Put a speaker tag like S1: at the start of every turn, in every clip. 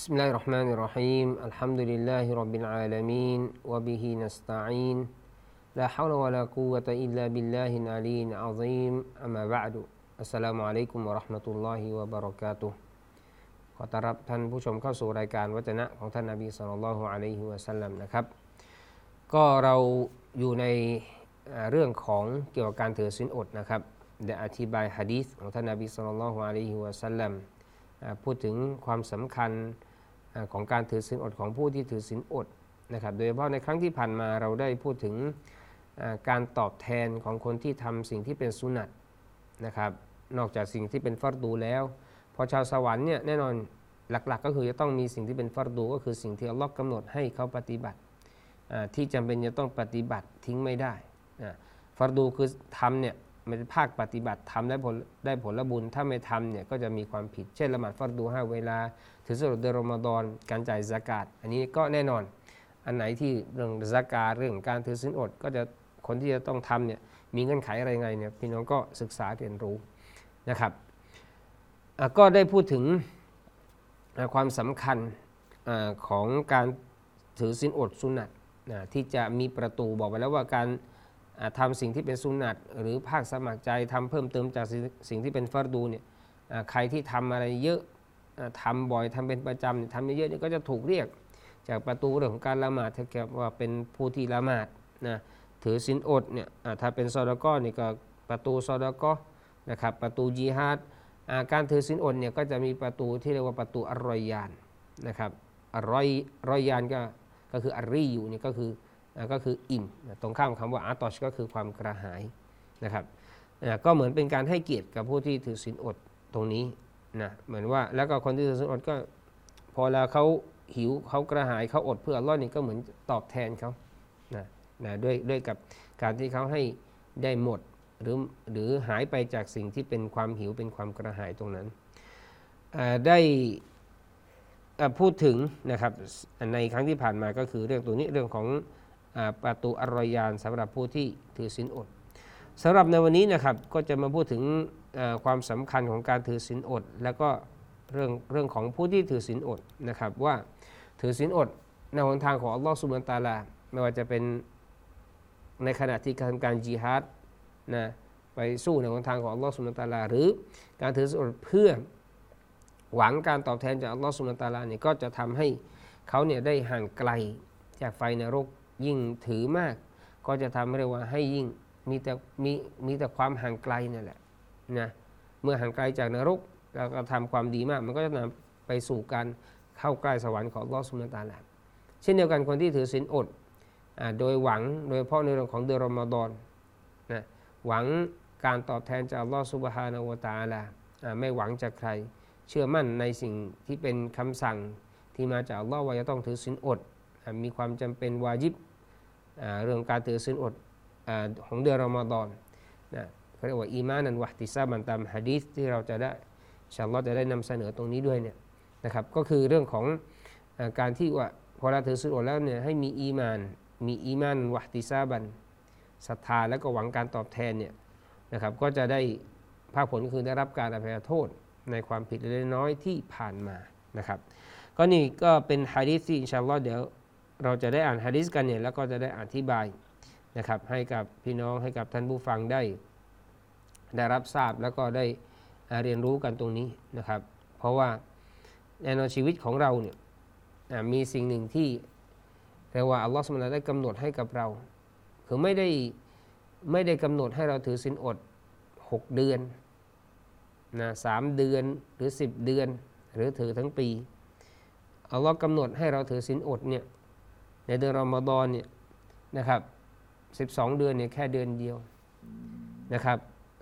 S1: بسم الله الرحمن الرحيم الحمد لله رب العالمين وبه نستعين لا حول ولا قوة إلا بالله العلي العظيم أما بعد السلام عليكم ورحمة الله وبركاته ขอต้อนรับท่านผู้ชมเข้าสู่รายการวจนะของท่านนบีศ็อลลัลลอฮุอะลัยฮิวะซัลลัมนะครับก็เราอยู่ในเรื่องของเกี่ยวกับการถือศีลอดนะครับได้อธิบายหะดีษของท่านนบีศ็อลลัลลอฮุอะลัยฮิวะซัลลัมพูดถึงความสำคัญของการถือศีลอดของผู้ที่ถือศีลอดนะครับโดยเฉพาะในครั้งที่ผ่านมาเราได้พูดถึงการตอบแทนของคนที่ทำสิ่งที่เป็นสุนัตนะครับนอกจากสิ่งที่เป็นฟัรดูแล้วพอชาวสวรรค์เนี่ยแน่นอนหลักๆก็คือจะต้องมีสิ่งที่เป็นฟัรดูก็คือสิ่งที่อัลลอฮ์กำหนดให้เขาปฏิบัติที่จำเป็นจะต้องปฏิบัติทิ้งไม่ได้ฟัรดูคือทำเนี่ยมันเป็นภาคปฏิบัติทำได้ผลบุญถ้าไม่ทำเนี่ยก็จะมีความผิดเช่นละหมาดฟัรดู5เวลาถือศีลอดเดือนรอมฎอนการจ่ายซะกาตอันนี้ก็แน่นอนอันไหนที่เรื่องซะกาตเรื่องการถือศีลอดก็จะคนที่จะต้องทำเนี่ยมีเงื่อนไขอะไรไงเนี่ยพี่น้องก็ศึกษาเรียนรู้นะครับก็ได้พูดถึงความสำคัญของการถือศีลอดสุนัตที่จะมีประตูบอกไปแล้วว่าการทำสิ่งที่เป็นสุนัตหรือภาคสมัครใจทำเพิ่มเติมจากสิ่งที่เป็นฟัรดูเนี่ยใครที่ทำอะไรเยอะทำบ่อยทำเป็นประจำทำเยอะๆนี่ก็จะถูกเรียกจากประตูเรื่องของการละหมาดถ้าเกิดว่าเป็นผู้ที่ละหมาดนะถือศีลอดเนี่ยถ้าเป็นซอดาก้อนี่ก็ประตูซอดาก้อนะครับประตูญิฮาดการถือศีลอดเนี่ยก็จะมีประตูที่เรียกว่าประตูอัรรอยยานนะครับอัรรอยยานก็คืออัรรีอยู่นี่ก็คืออิ่มตรงข้ามคำว่าอาตอชก็คือความกระหายนะครับก็เหมือนเป็นการให้เกียรติกับผู้ที่ถือศีลอดตรงนี้นะเหมือนว่าแล้วก็คนที่ถือศีลอดก็พอแล้วเขาหิวเขากระหายเขาอดเพื่ออัลเลาะห์นี่ก็เหมือนตอบแทนเขานะด้วยกับการที่เขาให้ได้หมดหรือหายไปจากสิ่งที่เป็นความหิวเป็นความกระหายตรงนั้นได้พูดถึงนะครับในครั้งที่ผ่านมาก็คือเรื่องตัวนี้เรื่องของประตูอัรรอยยานสำหรับผู้ที่ถือศีลอดสำหรับในวันนี้นะครับก็จะมาพูดถึงความสำคัญของการถือศีลอดแล้วก็เรื่องของผู้ที่ถือศีลอดนะครับว่าถือศีลอดในหนทางของอัลลอฮฺซุบฮานะฮูวะตะอาลาไม่ว่าจะเป็นในขณะที่การญิฮาดนะไปสู้ในหนทางของอัลลอฮฺซุบฮานะฮูวะตะอาลาหรือการถือศีลอดเพื่อหวังการตอบแทนจากอัลลอฮฺซุบฮานะฮูวะตะอาลาเนี่ยก็จะทำให้เขาเนี่ยได้ห่างไกลจากไฟนรกยิ่งถือมากก็จะทำให้ว่าให้ยิ่งมีแต่ความห่างไกลนั่นแหละนะเมื่อห่างไกลจากนรกแล้วก็ทำความดีมากมันก็จะนำไปสู่การเข้าใกล้สวรรค์ของอัลเลาะห์ซุบฮานะฮูวะตะอาลาเช่นเดียวกันคนที่ถือศีลอดโดยหวังโดยเฉพาะในเรื่องของเดือนรอมฎอนนะหวังการตอบแทนจากอัลเลาะห์ซุบฮานะฮูวะตะอาลาไม่หวังจากใครเชื่อมั่นในสิ่งที่เป็นคำสั่งที่มาจากอัลเลาะห์ว่าจะต้องถือศีลอดมีความจำเป็นวาญิบเรื่องการถือศีลอดของเดือนรอมฎอนนะเขาเรียกว่าอีมานันวะติซาบันตามหะดีษที่เราจะได้อินชาอัลเลาะห์จะได้นำเสนอตรงนี้ด้วยเนี่ยนะครับก็คือเรื่องของการที่ว่าพอเราถือศีลอดแล้วเนี่ยให้มีอีมานวะติซาบันศรัทธาแล้วก็หวังการตอบแทนเนี่ยนะครับก็จะได้ภาคผลคือได้รับการอภัยโทษในความผิดเล็กน้อยที่ผ่านมานะครับก็นี่ก็เป็นหะดีษที่อินชาอัลเลาะห์เดี๋ยวเราจะได้อ่านหะดีษกันเนี่ยแล้วก็จะได้อธิบายนะครับให้กับพี่น้องให้กับท่านผู้ฟังได้รับทราบแล้วก็ได้เรียนรู้กันตรงนี้นะครับเพราะว่าในชีวิตของเราเนี่ยมีสิ่งหนึ่งที่เรียกว่าอัลลอฮฺซุบฮานะฮูวะตะอาลาได้กำหนดให้กับเราคือไม่ได้กำหนดให้เราถือศีลอด6เดือนนะ3เดือนหรือ10เดือนหรือถือทั้งปีอัลลอฮฺกำหนดให้เราถือศีลอดเนี่ยในเดือนรอมฎอนเนี่ยนะครับ12เดือนเนี่ยแค่เดือนเดียวนะครับ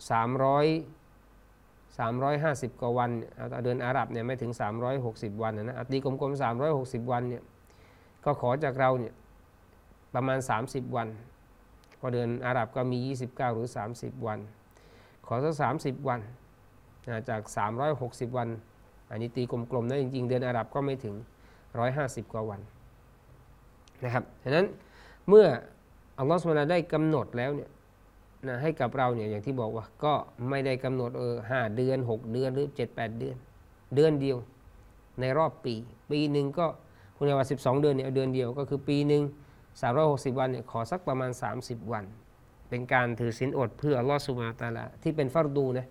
S1: 350กว่าวันเดือนอาหรับเนี่ยไม่ถึง360วันนะตีกลมๆ360วันเนี่ยก็ขอจากเราเนี่ยประมาณ30วันพอเดือนอาหรับก็มี29หรือ30วันขอสัก30วันจาก360วันอันนี้ตีกลมๆนะจริงๆเดือนอาหรับก็ไม่ถึง150กว่าวันนะครับฉะนั้นเมื่ออัลลอฮฺซุบฮานะฮูวะตะอาลาได้กำหนดแล้วเนี่ยนะให้กับเราเนี่ยอย่างที่บอกว่าก็ไม่ได้กำหนด5เดือน6เดือนหรือ7-8เดือนเดือนเดียวในรอบปีหนึ่งก็คุณว่า12 เดือนเนี่ยเอาเดือนเดียวก็คือปีหนึ่ง360 วันเนี่ยขอสักประมาณ30 วันเป็นการถือศีลอดเพื่ออัลลอฮฺซุบฮานะฮูวะตะอาลาที่เป็นฟัรดูนะ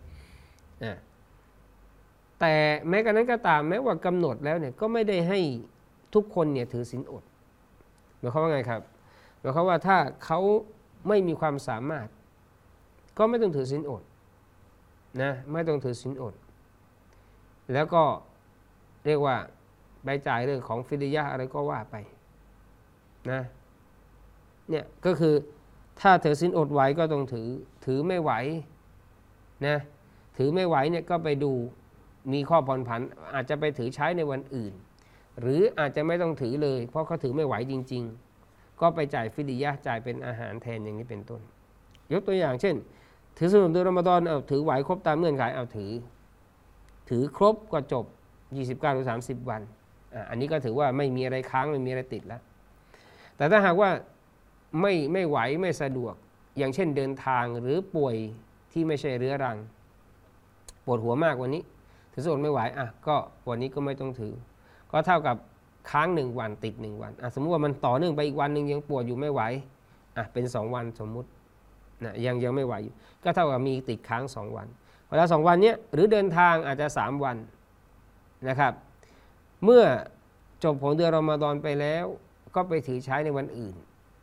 S1: แต่แม้กระนั้นก็ตามแม้ว่ากำหนดแล้วเนี่ยก็ไม่ได้ให้ทุกคนเนี่ยถือศีลอดหมายความว่าไงครับหมายความว่าถ้าเขาไม่มีความสามารถก็ไม่ต้องถือศีลอดนะไม่ต้องถือศีลอดแล้วก็เรียกว่าไปจ่ายเรื่องของฟิดยะห์อะไรก็ว่าไปนะเนี่ยก็คือถ้าถือศีลอดไหวก็ต้องถือไม่ไหวนะถือไม่ไหวเนี่ยก็ไปดูมีข้อผ่อนผันอาจจะไปถือใช้ในวันอื่นหรืออาจจะไม่ต้องถือเลยเพราะเขาถือไม่ไหวจริงๆก็ไปจ่ายฟิดยะห์จ่ายเป็นอาหารแทนอย่างนี้เป็นต้นยกตัวอย่างเช่นถือศีลอดเดือนรอมฎอนเอาถือไหวครบตามเงื่อนไขเอาถือครบก็จบ29 หรือ 30 วันอันนี้ก็ถือว่าไม่มีอะไรค้างไม่มีอะไรติดแล้วแต่ถ้าหากว่าไม่ไหวไม่สะดวกอย่างเช่นเดินทางหรือป่วยที่ไม่ใช่เรื้อรังปวดหัวมากวันนี้ถือศีลอดไม่ไหวก็วันนี้ก็ไม่ต้องถือก็เท่ากับค้าง1 วันติด1 วันสมมุติว่ามันต่อเนื่องไปอีกวันนึงยังปวดอยู่ไม่ไหวเป็น2 วันสมมุติยังไม่ไหวอยู่ก็เท่ากับมีติดค้าง2 วันเวลา2 วันเนี้ยหรือเดินทางอาจจะ3 วันนะครับเมื่อจบของเดือนรอมฎอนไปแล้วก็ไปถือใช้ในวันอื่น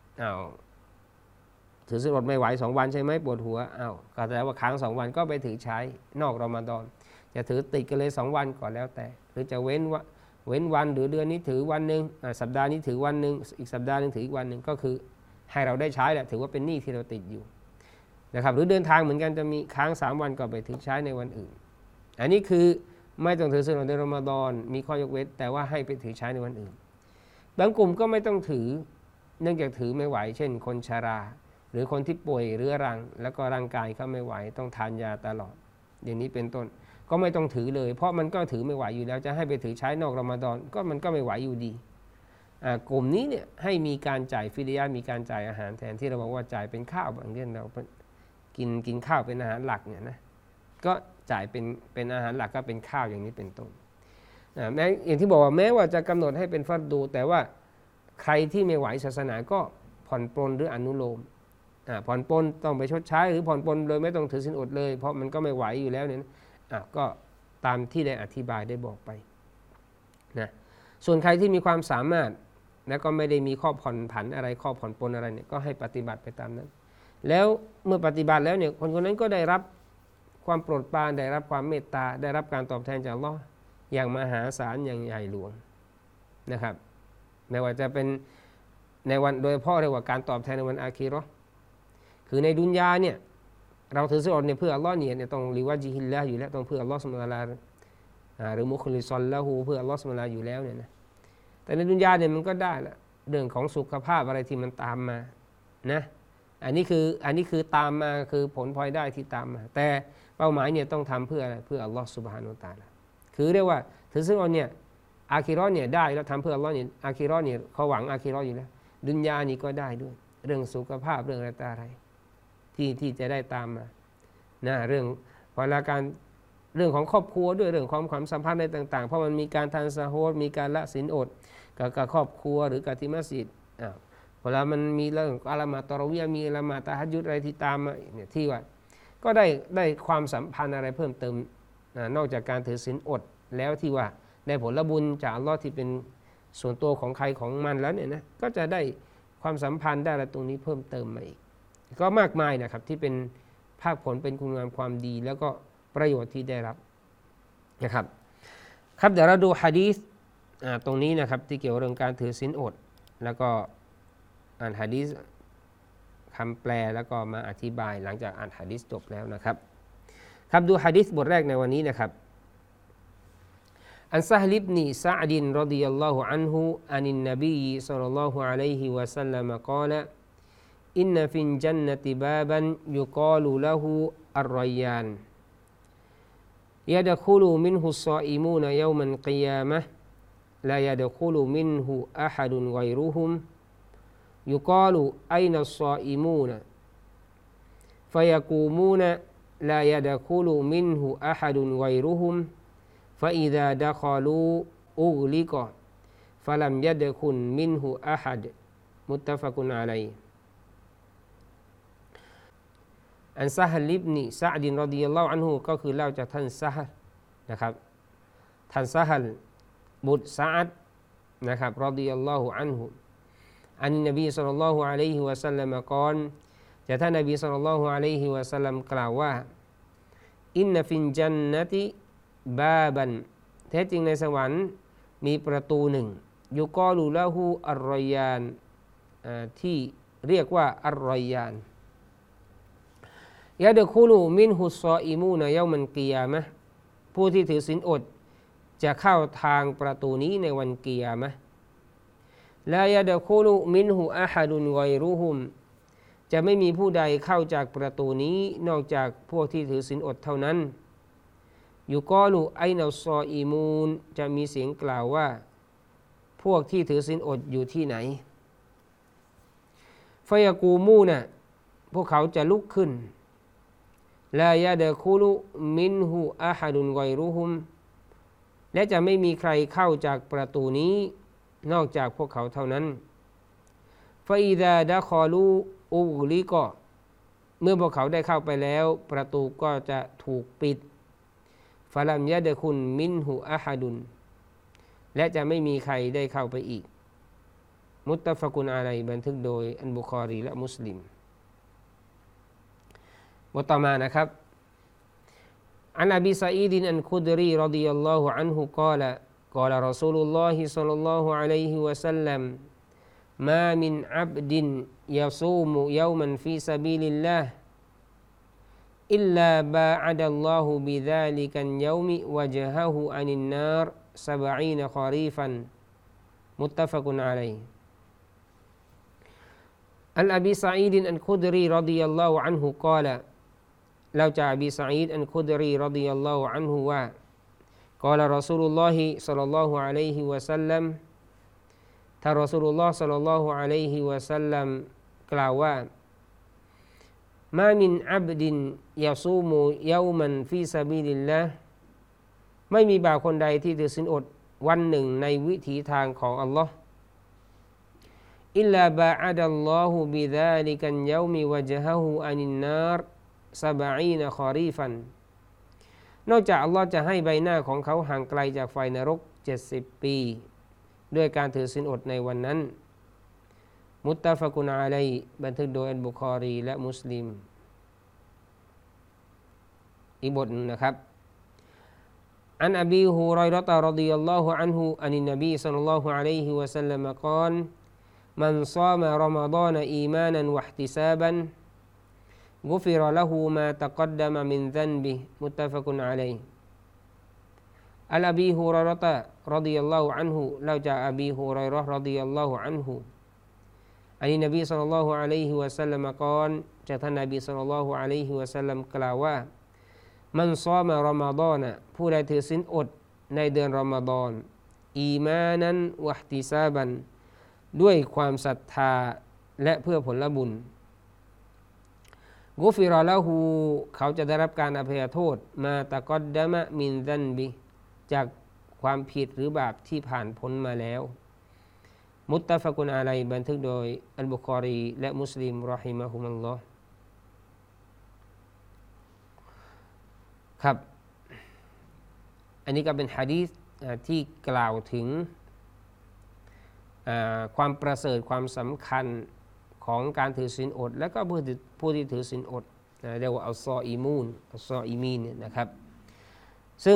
S1: ถือศีลอดไม่ไหว2 วันใช่ไหมปวดหัวก็แปลว่าค้าง2 วันก็ไปถือใช้นอกรอมฎอนจะถือติดกันเลย2 วันก่อนแล้วแต่หรือจะเว้นวันหรือเดือนนี้ถือวันนึงสัปดาห์นี้ถือวันนึงอีกสัปดาห์นึงถืออีกวันนึงก็คือให้เราได้ใช้แหละถือว่าเป็นหนี้ที่เราติดอยู่นะครับหรือเดินทางเหมือนกันจะมีค้าง3 วันก็ไปถือใช้ในวันอื่นอันนี้คือไม่ต้องถือศีลอดในรอมฎอนมีข้อยกเว้นแต่ว่าให้ไปถือใช้ในวันอื่นบางกลุ่มก็ไม่ต้องถือเนื่องจากถือไม่ไหวเช่นคนชราหรือคนที่ป่วยเรื้อรังแล้วก็ร่างกายเขาไม่ไหวต้องทานยาตลอดอย่างนี้เป็นต้นก็ไม่ต้องถือเลยเพราะมันก็ถือไม่ไหวอยู่แล้วจะให้ไปถือใช้นอกรอมฎอนก็มันก็ไม่ไหวอยู่ดีกลุ่มนี้เนี่ยให้มีการจ่ายฟิดยะห์มีการจ่ายอาหารแทนที่เราบอกว่าจ่ายเป็นข้าวบางเรื่องเรากินข้าวเป็นอาหารหลักเนี่ยนะก็จ่ายเป็นอาหารหลักก็เป็นข้าวอย่างนี้เป็นต้นแม้อย่างที่บอกว่าแม้ว่าจะกำหนดให้เป็นฟัรดูแต่ว่าใครที่ไม่ไหวศาสนาก็ผ่อนปลนหรืออนุโลมผ่อนปลนต้องไปชดใช้หรือผ่อนปลนเลยไม่ต้องถือศีลอดเลยเพราะมันก็ไม่ไหวอยู่แล้วเนี่ยก็ตามที่ได้อธิบายได้บอกไปนะส่วนใครที่มีความสามารถและก็ไม่ได้มีข้อผ่อนผันอะไรข้อผ่อนปลนอะไรเนี่ยก็ให้ปฏิบัติไปตามนั้นแล้วเมื่อปฏิบัติแล้วเนี่ยคนคนนั้นก็ได้รับความโปรดปรานได้รับความเมตตาได้รับการตอบแทนจากอัลเลาะห์อย่างมหาศาลอย่างใหญ่หลวงนะครับไม่ว่าจะเป็นในวันโดยเฉพาะเรียกว่าการตอบแทนในวันอาคีเราะห์คือในดุนยาเนี่ยเราถือศีลอดเนี่ยเพื่ออัลเลาะห์เนี่ยต้องลิวะจิฮิลลาฮ์อยู่แล้วต้องเพื่ออัลเลาะห์ซุบฮานะฮูวะตะอาลาหรือมุคลิซอลละฮูเพื่ออัลเลาะห์ซุบฮานะฮูวะตะอาลาอยู่แล้วเนี่ยนะแต่ในดุนยาเนี่ยมันก็ได้ละเรื่องของสุขภาพอะไรที่มันตามมานะอันนี้คือตามมาคือผลพลอยได้ที่ตามมาแต่เป้าหมายเนี่ยต้องทำเพื่ออะไรเพื่ออัลเลาะห์ซุบฮานะฮูวะตะอาลาคือเรียกว่าถือศีลอดเนี่ยอาคีเราะห์เนี่ยได้แล้วทำเพื่ออัลเลาะห์เนี่ยอาคีเราะห์เนี่ยเขาหวังอาคีเราะห์อยู่แล้วดุนยานี่ก็ได้ด้วยเรื่องสุขภาพเรื่องอะไรที่จะได้ตามมานะเรื่องพอละการเรื่องของครอบครัวด้วยเรื่องของความสัมพันธ์ในต่างๆเพราะมันมีการทานซะฮูรมีการละศีลอดกับครอบครัวหรือกับที่มัสยิดเวลามันมีเรื่องอะละหมาดตะเราะวีฮ์มีละหมาดตะฮัจญุดอะไรที่ตามมาเนี่ยที่ว่าก็ได้ความสัมพันธ์อะไรเพิ่มเติมนอกจากการถือศีลอดแล้วที่ว่าได้ผลบุญจากอัลเลาะห์ที่เป็นส่วนตัวของใครของมันแล้วเนี่ยนะก็จะได้ความสัมพันธ์ได้อะไรตรงนี้เพิ่มเติมมาอีกก็มากมายนะครับที่เป็นภาคผลเป็นคุณงามความดีแล้วก็ประโยชน์ที่ได้รับนะครับครับเดี๋ยวเราดูหะดีษตรงนี้นะครับที่เกี่ยวกับเรื่องการถือศีลอดแล้วก็อ่านหะดีษคำแปลแล้วก็มาอธิบายหลังจากอ่านหะดีษจบแล้วนะครับครับดูหะดีษบทแรกในวันนี้นะครับอันซะฮ์บินซะอ์ดรอฎิยัลลอฮุอันฮุอานินนบีศ็อลลัลลอฮุอะลัยฮิวะซัลลัมกล่าวอินนะฟิลญันนะติบาบันยุกาลูละฮูอัรรัยยานยะดะคุลูมินฮุศศออิมูนยอมัลกิยามะฮ์ลายะดะคุลูมินฮุอะฮัดุนฆอยรุฮุมยุกาลูอัยนัศศออิมูนฟะยะกูมูนลายะดะคุลูมินฮุอะฮัดุนฆอยรุฮุมฟะอิซาดะคอลูออุลิกะฟะลัมยัดคุนมินฮุอะฮัดมุตตะฟะกุนอะลัยอันซะฮลิบนิซะอ์ดินรอฎิยัลลอฮุอันฮุก็คือเล่าจากท่านซะฮ์นะครับท่านซะฮ์บุตรซะอัดนะครับรอฎิยัลลอฮุอันฮุอันนบีศ็อลลัลลอฮุอะลัยฮิวะซัลลัมกล่าวจากท่านนบีศ็อลลัลลอฮุอะลัยฮิวะซัลลัมกล่าวว่าอินนะฟินจันนะติบาบันแท้จริงในสวรรค์มีประตูหนึ่งยุกอลูละฮูอัรรอยานที่เรียกว่าอัรรอยานยะดะคูลูมินฮุศออิมูนะเยามันกิยามะห์ผู้ที่ถือศีลอดจะเข้าทางประตูนี้ในวันกิยามะห์ลายะดะคูลูมินฮุอะฮัดุนกอยรุฮุมจะไม่มีผู้ใดเข้าจากประตูนี้นอกจากพวกที่ถือศีลอดเท่านั้นยุกอลูไอนัลซออีมูนจะมีเสียงกล่าวว่าพวกที่ถือศีลอดอยู่ที่ไหนฟยากูมูนะพวกเขาจะลุกขึ้นลายะดะคูลุมินฮุอะฮัดุนกอยรุฮุมและจะไม่มีใครเข้าจากประตูนี้นอกจากพวกเขาเท่านั้นฟะอิซาดะคอลูอุลิกะเมื่อพวกเขาได้เข้าไปแล้วประตูก็จะถูกปิดฟะลัมยะดะคุนมินฮุอะฮัดุนและจะไม่มีใครได้เข้าไปอีกมุตตะฟะกุนอะลัยบันทึกโดยอัลบุคอรีและมุสลิมบทต่อมานะครับอันอบีซะอีดอันคุดรีรอฎิยัลลอฮุอันฮุกล่าวกล่าวรอซูลุลลอฮิศ็อลลัลลอฮุอะลัยฮิวะซัลลัมมามินอับดินยะซูมุยอมันฟีซะบีลิลลาฮ์อิลลาบาอะดัลลอฮุบิซาลิกัลยอมิวะจฮะฮุอันินนาร70คอรีฟันมุตตะฟะกุนอะลัยอันอบีซะอีดอันคุดรีรอฎิยัลลอฮุอันฮุกล่าวเราจากอบีซะอีดอันคุดรีรอฎิยัลลอฮุอันฮุว่ากล่าวรอซูลุลลอฮิศ็อลลัลลอฮุอะลัยฮิวะซัลลัมท่านรอซูลุลลอฮ์ศ็อลลัลลอฮุอะลัยฮิวะซัลลัมกล่าวว่ามามินอับดินยะซูมุยอมันฟีซะบีลิลลาฮ์ไม่มีบ่าวคนใดที่ถือศีลอดวันหนึ่งในวิถีทางของอัลลอฮ์อิลลาบาอะดัลลอฮุบิซาลิกัลยอมิวะจฮะฮุอันินนาร70คอรีฟันนอกจากอัลลอฮ์จะให้ใบหน้าของเขาห่างไกลจากไฟนรก70ปีด้วยการถือศีลอดในวันนั้นมุตตะฟะกุนอะลัยบันทึกโดยอัลบุคอรีและมุสลิมอีกบทนึงนะครับอันอบีฮุรอยเราะฎะรอฎิยัลลอฮุอันฮุอันนบีศ็อลลัลลอฮุอะลัยฮิวะซัลลัมกล่าวมันศามะรอมฎอนอีมานันวะอิห์ติซาบันกุฟิรละฮูมาตะกัดดะมะมินซันบิมุตตะฟะกุนอะลัยอันอบีฮุรอยเราะฎะรอฎิยัลลอฮุอันฮุเล่าจากอบีฮุรอยเราะห์รอฎิยัลลอฮุอันฮุอันนี้นบีศ็อลลัลลอฮุอะลัยฮิวะซัลลัมกล่าวจากท่านนบีศ็อลลัลลอฮุอะลัยฮิวะซัลลัมกล่าวว่ามันศอมะรอมฎอนผู้ใดถือศีลอดในเดือนรอมฎอนอีมานันวะอิห์ติซาบันด้วยความศรัทธาและเพื่อผลบุญกุฟิรละฮูเขาจะได้รับการอภัยโทษมาตะกอดดะมะมินซันบิจากความผิดหรือบาปที่ผ่านพ้นมาแล้วมุตตะฟะกุนอะลัยบันทึกโดยอัลบุคอรีและมุสลิมรอฮิมะฮุมุลลอฮ์ครับอันนี้ก็เป็นหะดีษที่กล่าวถึงความประเสริฐความสำคัญของการถือศีลอดและก็ผู้ที่ถือศีลอดเรียกว่าอัลซออีมูนอัลซออีมีนเนี่ยนะครับซึ่ง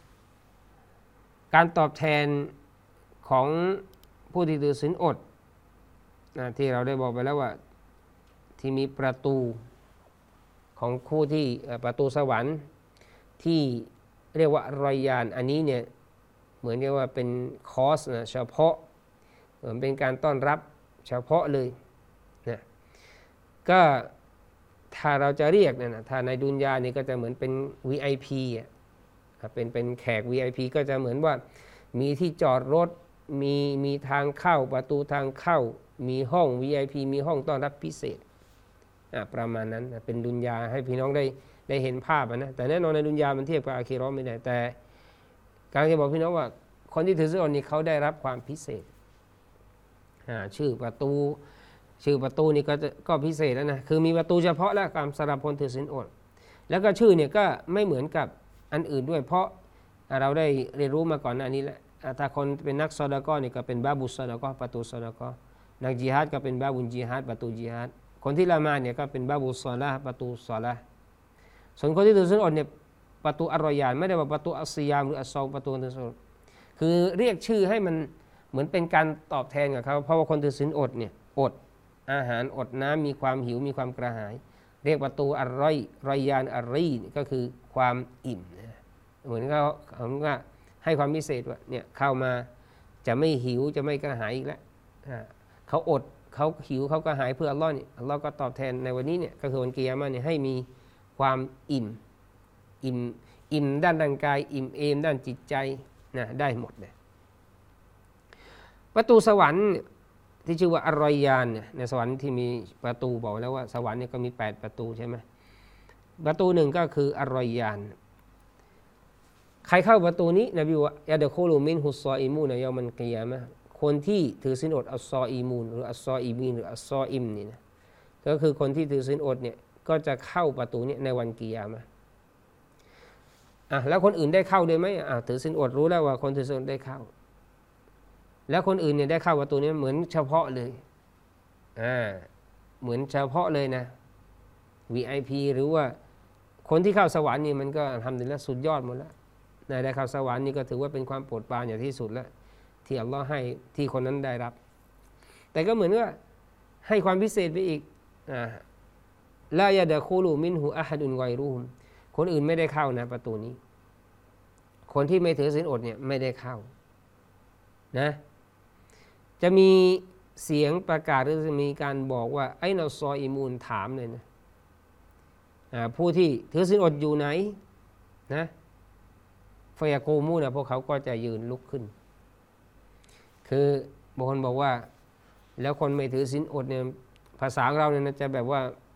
S1: การตอบแทนของผู้ที่ถือศีลอดที่เราได้บอกไปแล้วว่าที่มีประตูของผู้ที่ประตูสวรรค์ที่เรียกว่ารอยยานอันนี้เนี่ยเหมือนกับว่าเป็นคอร์สเฉพาะเหมือนเป็นการต้อนรับเฉพาะเลยนะก็ถ้าเราจะเรียกนะถ้าในดุนยานี่ก็จะเหมือนเป็น VIP เป็นแขก VIP ก็จะเหมือนว่ามีที่จอดรถมีทางเข้าประตูทางเข้ามีห้อง VIP มีห้องต้อนรับพิเศษประมาณนั้นเป็นดุนยาให้พี่น้องได้เห็นภาพนะแต่แน่นอนในดุนยามันเทียบกับอาคิเราะห์ไม่ได้แต่การจะบอกพี่น้องว่าคคนที่ถือศีลอดนี่เขาได้รับความพิเศษชื่อประตูนี่ก็พิเศษแล้วนะคือมีประตูเฉพาะแล้วการสำหรับคนถือศีลอดแล้วก็ชื่อเนี่ยก็ไม่เหมือนกับอันอื่นด้วยเพราะเราได้เรียนรู้มาก่อนหน้านี้แล้วถ้าคนเป็นนักซอดาก้อนี่ก็เป็นบาบุซอดาก้อประตูซอดาก้อนักจิฮาดก็เป็นบาบุญจิฮาดประตูจิฮาดคนที่ละหมาดเนี่ยก็เป็นบาบุซอลาประตูซอลาส่วนคนที่ถือศีลอดเนี่ยประตูอัรรอยานไม่ได้ว่าประตูอัสซิยามหรืออัสซอมประตูถือศีลอดคือเรียกชื่อให้มันเหมือนเป็นการตอบแทนกับเขาเพราะว่าคนถือศีลอดเนี่ยอดอาหารอดน้ำมีความหิวมีความกระหายเรียกประตูอัรรอยยานอัรรีก็คือความอิ่มเหมือนเขาว่าให้ความพิเศษว่าเนี่ยเข้ามาจะไม่หิวจะไม่กระหายอีกแล้วเขาอดเขาหิวเขาก็หายเพื่ออัลลอฮ์เนี่ยอัลลอฮ์ก็ตอบแทนในวันนี้เนี่ยก็คือวันกิยามะห์เนี่ยให้มีความอิ่มด้านร่างกายอิ่มเอมด้านจิตใจนะได้หมดเลยประตูสวรรค์ที่ชื่อว่าอัรรอยยานเนี่ยในสวรรค์ที่มีประตูบอกแล้วว่าสวรรค์เนี่ยก็มี8ประตูใช่ไหมประตูหนึ่งก็คืออัรรอยยานใครเข้าประตูนี้นบีว่ายาเดคูลูมินฮุซซออิมูนยามันกิยามะห์คนที่ถือศีลอดอัสซออิมูนหรืออัสซออิมีนหรืออัสซออิมนี่นะก็คือคนที่ถือศีลอดเนี่ยก็จะเข้าประตูนี้ในวันกิยามะห์แล้วคนอื่นได้เข้าด้วยไหมถือศีลอดรู้แล้วว่าคนถือศีลอดได้เข้าแล้วคนอื่นเนี่ยได้เข้าประตูนี้เหมือนเฉพาะเลยเหมือนเฉพาะเลยนะ VIP หรือว่าคนที่เข้าสวรรค์นี่มันก็ทำถึงแล้วสุดยอดหมดแล้วได้เข้าสวรรค์นี่ก็ถือว่าเป็นความโปรดปรานอย่างที่สุดแล้วที่อัลลอฮ์ให้ที่คนนั้นได้รับแต่ก็เหมือนว่าให้ความพิเศษไปอีกลายะดะคูลูมินหูอะฮัดุนไกรูฮุมคนอื่นไม่ได้เข้านะประตูนี้คนที่ไม่ถือศีลอดเนี่ยไม่ได้เข้านะจะมีเสียงประกาศหรือจะมีการบอกว่าไอ้นอซออิมูนถามเลยนะผู้ที่ถือศีลอดอยู่ไหนนะฟยากูมูนะพวกเขาก็จะยืนลุกขึ้นคือบางคนบอกว่าแล้วคนไม่ถือศีลอดเนี่ยภาษาเราเนี่ยจะแบบว่า